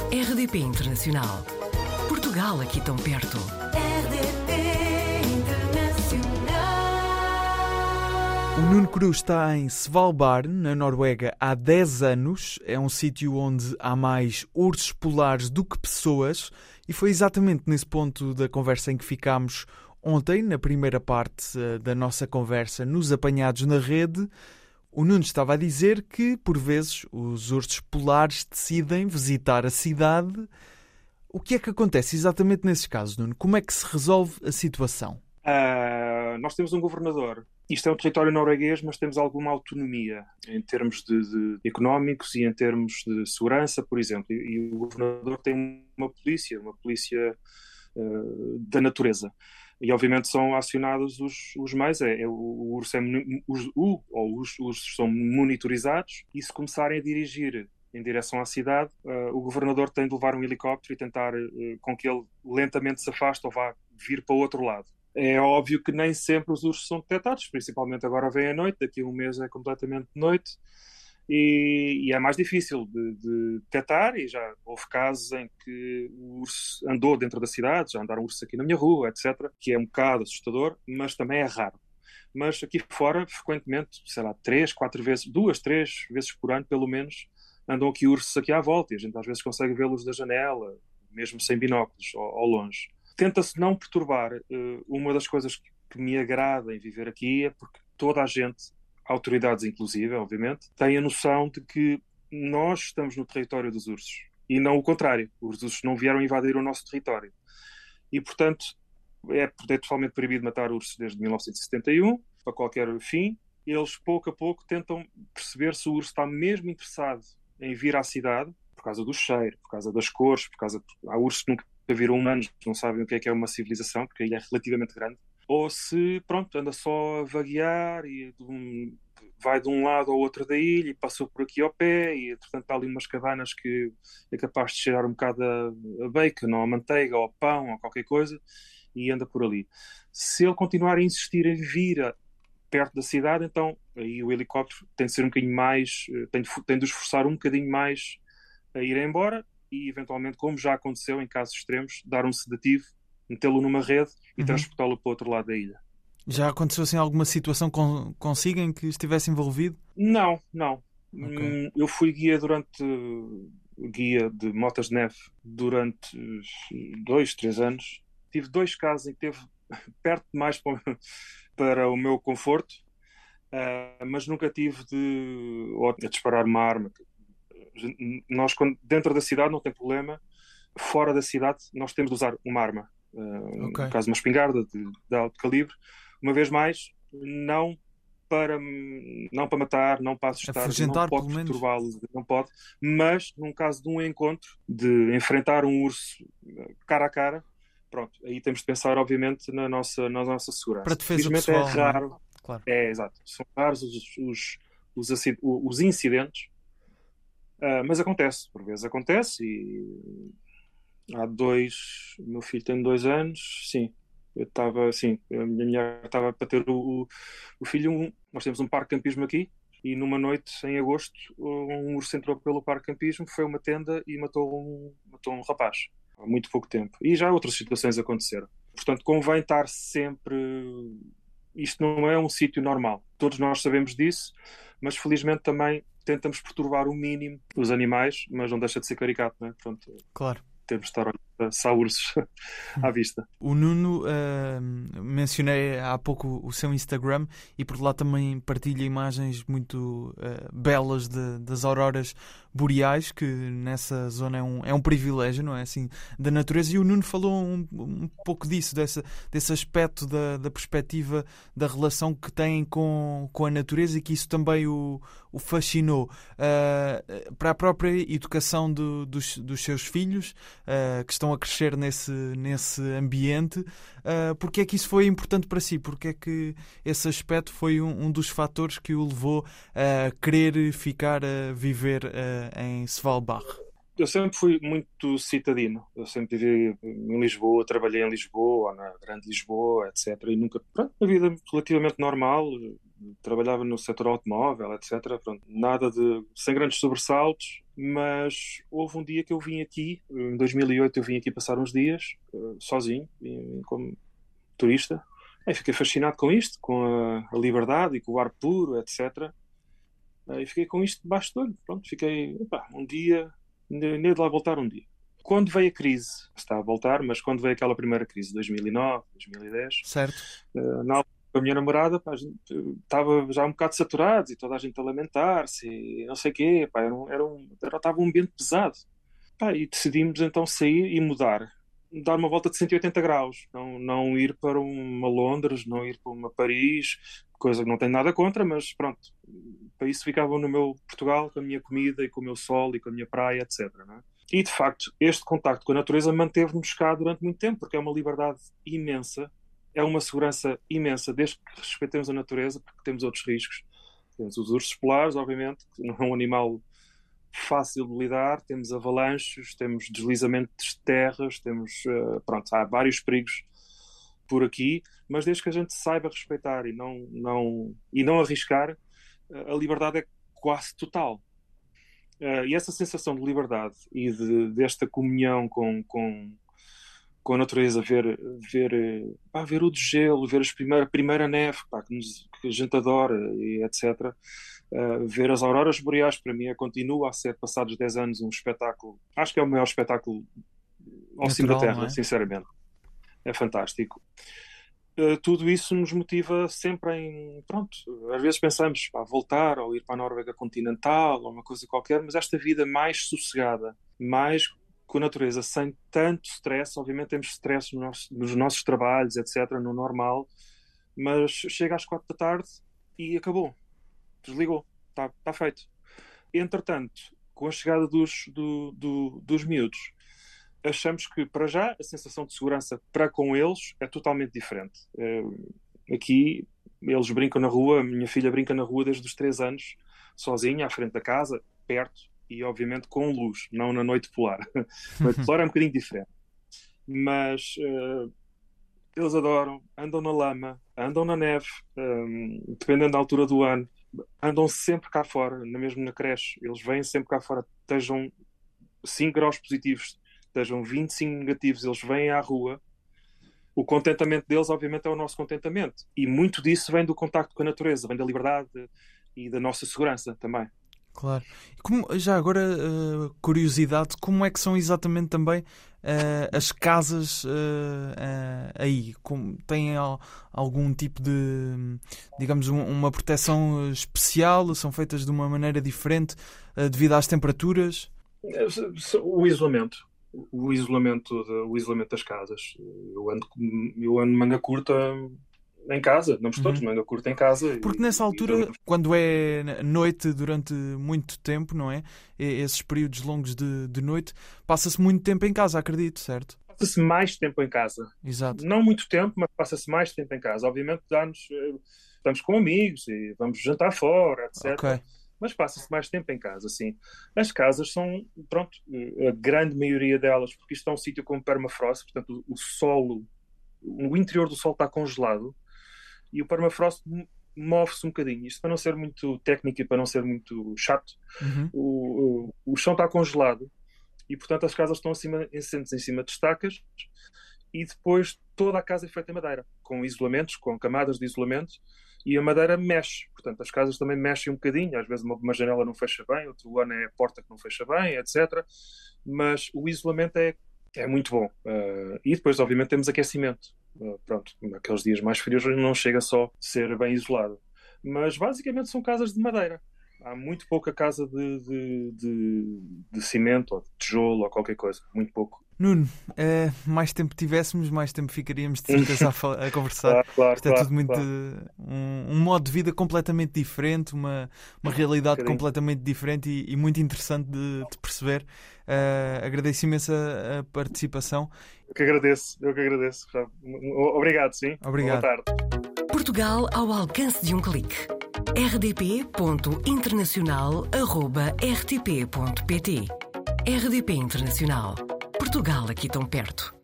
RDP Internacional. Portugal aqui tão perto. RDP Internacional. O Nuno Cruz está em Svalbard, na Noruega, há 10 anos. É um sítio onde há mais ursos polares do que pessoas. E foi exatamente nesse ponto da conversa em que ficámos ontem, na primeira parte da nossa conversa, nos Apanhados na Rede. O Nuno estava a dizer que, por vezes, os ursos polares decidem visitar a cidade. O que é que acontece exatamente nesses casos, Nuno? Como é que se resolve a situação? Nós temos um governador. Isto é um território norueguês, mas temos alguma autonomia em termos de económicos e em termos de segurança, por exemplo. E o governador tem uma polícia da natureza. E, obviamente, são acionados os meios. Os ursos são monitorizados e, se começarem a dirigir em direção à cidade, o governador tem de levar um helicóptero e tentar com que ele lentamente se afaste ou vá vir para o outro lado. É óbvio que nem sempre os ursos são detectados, principalmente agora vem à noite, daqui a um mês é completamente de noite. E é mais difícil de detectar, e já houve casos em que o urso andou dentro da cidade, já andaram ursos aqui na minha rua, etc., que é um bocado assustador, mas também é raro. Mas aqui fora, frequentemente, 3, 4 vezes, 2, 3 vezes por ano, pelo menos, andam aqui ursos aqui à volta, e a gente às vezes consegue vê-los da janela, mesmo sem binóculos, ao longe. Tenta-se não perturbar. Uma das coisas que me agrada em viver aqui é porque toda a gente, autoridades inclusive, obviamente, têm a noção de que nós estamos no território dos ursos e não o contrário. Os ursos não vieram invadir o nosso território. E, portanto, é totalmente proibido matar ursos desde 1971, para qualquer fim. Eles, pouco a pouco, tentam perceber se o urso está mesmo interessado em vir à cidade, por causa do cheiro, por causa das cores, há ursos que nunca viram humanos, não sabem o que é uma civilização, porque a ilha é relativamente grande. Ou se, anda só a vaguear e vai de um lado ao outro da ilha e passou por aqui ao pé e, portanto, há ali umas cabanas que é capaz de cheirar um bocado a bacon ou a manteiga ou a pão ou qualquer coisa e anda por ali. Se ele continuar a insistir em vir perto da cidade, então aí o helicóptero tem de ser um bocadinho mais, tem de esforçar um bocadinho mais a ir embora e, eventualmente, como já aconteceu em casos extremos, dar um sedativo, metê-lo numa rede e transportá-lo para o outro lado da ilha. Já aconteceu assim alguma situação consigo em que estivesse envolvido? Não. Okay. Eu fui guia de motas de neve durante 2, 3 anos. Tive 2 casos em que esteve perto demais para o meu conforto, mas nunca tive de disparar uma arma. Nós, dentro da cidade, não tem problema. Fora da cidade, nós temos de usar uma arma. Okay. No caso, uma espingarda de alto calibre. Uma vez mais, não para matar, não para assustar, não pode perturbá-lo, não pode. Mas, num caso de um encontro, de enfrentar um urso cara a cara, pronto, aí temos de pensar, obviamente, na nossa segurança. Para defesa Felizmente pessoal, é raro. não é? Claro. Exato. São raros os incidentes, mas acontece, por vezes acontece e o meu filho tem 2 anos, sim, a minha mulher estava para ter o filho, nós temos um parque de campismo aqui e numa noite em agosto um urso entrou pelo parque de campismo, foi a uma tenda e matou um rapaz, há muito pouco tempo, e já outras situações aconteceram. Portanto, convém estar sempre... Isto não é um sítio normal, todos nós sabemos disso, mas felizmente também tentamos perturbar o mínimo os animais, mas não deixa de ser caricato, não é? Portanto, claro. Temos de estar a ursos à vista. O Nuno, mencionei há pouco o seu Instagram e por lá também partilha imagens muito belas das auroras boreais, que nessa zona é um privilégio, não é assim, da natureza. E o Nuno falou um pouco disso, desse aspecto da perspectiva da relação que têm com a natureza e que isso também o fascinou. Para a própria educação dos seus filhos, que estão a crescer nesse ambiente, porque é que isso foi importante para si? Porque é que esse aspecto foi um dos fatores que o levou a querer ficar a viver em Svalbard? Eu sempre fui muito citadino. Eu sempre vivi em Lisboa, trabalhei em Lisboa, na Grande Lisboa, etc. E nunca, uma vida relativamente normal. Trabalhava no setor automóvel, etc. Sem grandes sobressaltos, Mas houve um dia que eu vim aqui, em 2008 eu vim aqui passar uns dias, sozinho, como turista. E fiquei fascinado com isto, com a liberdade e com o ar puro, etc. E fiquei com isto debaixo do olho. Pronto, fiquei um dia, nem de lá voltar um dia. Quando veio a crise, está a voltar, mas quando veio aquela primeira crise, 2009, 2010, Certo. na altura, com a minha namorada, a gente estava já um bocado saturados e toda a gente a lamentar-se e não sei o quê, estava um ambiente pesado. E decidimos então sair e dar uma volta de 180 graus, não ir para uma Londres, não ir para uma Paris, coisa que não tenho nada contra, mas pronto, para isso ficava no meu Portugal, com a minha comida e com o meu sol e com a minha praia, etc. Não é? E de facto, este contacto com a natureza manteve-nos cá durante muito tempo, porque é uma liberdade imensa, é uma segurança imensa, desde que respeitemos a natureza, porque temos outros riscos. Temos os ursos polares, obviamente, que não é um animal fácil de lidar, temos avalanches, temos deslizamentos de terras, há vários perigos por aqui, mas desde que a gente saiba respeitar e não arriscar, a liberdade é quase total. E essa sensação de liberdade e desta comunhão com a natureza, ver o degelo, ver a primeira neve, que a gente adora, e etc. Ver as auroras boreais, para mim, continua a ser, passados 10 anos, um espetáculo. Acho que é o maior espetáculo ao cimo da Terra, sinceramente. É fantástico. Tudo isso nos motiva sempre às vezes pensamos voltar ou ir para a Noruega continental ou uma coisa qualquer, mas esta vida mais sossegada, mais com a natureza, sem tanto stress. Obviamente temos stress nos nossos trabalhos, etc., no normal, mas chega às 4 da tarde e acabou. Desligou. Está feito. Entretanto, com a chegada dos miúdos, achamos que, para já, a sensação de segurança para com eles é totalmente diferente. Aqui, eles brincam na rua, a minha filha brinca na rua desde os 3 anos, sozinha, à frente da casa, perto, e obviamente com luz, não na noite polar. A noite polar é um bocadinho diferente. Mas eles adoram, andam na lama, andam na neve, dependendo da altura do ano, andam sempre cá fora, mesmo na creche. Eles vêm sempre cá fora, estejam 5 graus positivos, estejam 25 negativos, eles vêm à rua. O contentamento deles, obviamente, é o nosso contentamento. E muito disso vem do contacto com a natureza, vem da liberdade e da nossa segurança também. Claro. Já agora, curiosidade, como é que são exatamente também as casas aí? Têm algum tipo de, digamos, uma proteção especial? São feitas de uma maneira diferente devido às temperaturas? O isolamento das casas. Eu ando de manga curta em casa, não estou de manga curta em casa. Porque nessa altura, quando é noite durante muito tempo, não é? Esses períodos longos de noite, passa-se muito tempo em casa, acredito, certo? Passa-se mais tempo em casa. Exato. Não muito tempo, mas passa-se mais tempo em casa. Obviamente estamos com amigos e vamos jantar fora, etc. Okay. Mas passa-se mais tempo em casa, sim. As casas são, a grande maioria delas, porque isto é um sítio com permafrost, portanto o solo, o interior do solo está congelado e o permafrost move-se um bocadinho. Isto para não ser muito técnico e para não ser muito chato, o chão está congelado e, portanto, as casas estão assentes em cima de estacas e depois toda a casa é feita em madeira, com isolamentos, com camadas de isolamento, e a madeira mexe. Portanto, as casas também mexem um bocadinho. Às vezes uma janela não fecha bem, outro ano é a porta que não fecha bem, etc. Mas o isolamento é muito bom. E depois, obviamente, temos aquecimento. Naqueles dias mais frios não chega só a ser bem isolado. Mas, basicamente, são casas de madeira. Há muito pouca casa de cimento ou de tijolo ou qualquer coisa. Muito pouco. Nuno, mais tempo tivéssemos, mais tempo ficaríamos de certeza a conversar. Claro, isto é tudo muito um modo de vida completamente diferente, uma realidade completamente diferente e muito interessante de perceber. Agradeço imenso a participação. Eu que agradeço. Obrigado, sim. Obrigado. Boa tarde. Portugal ao alcance de um clique. rdp.internacional@rtp.pt. RDP Internacional. Portugal aqui tão perto.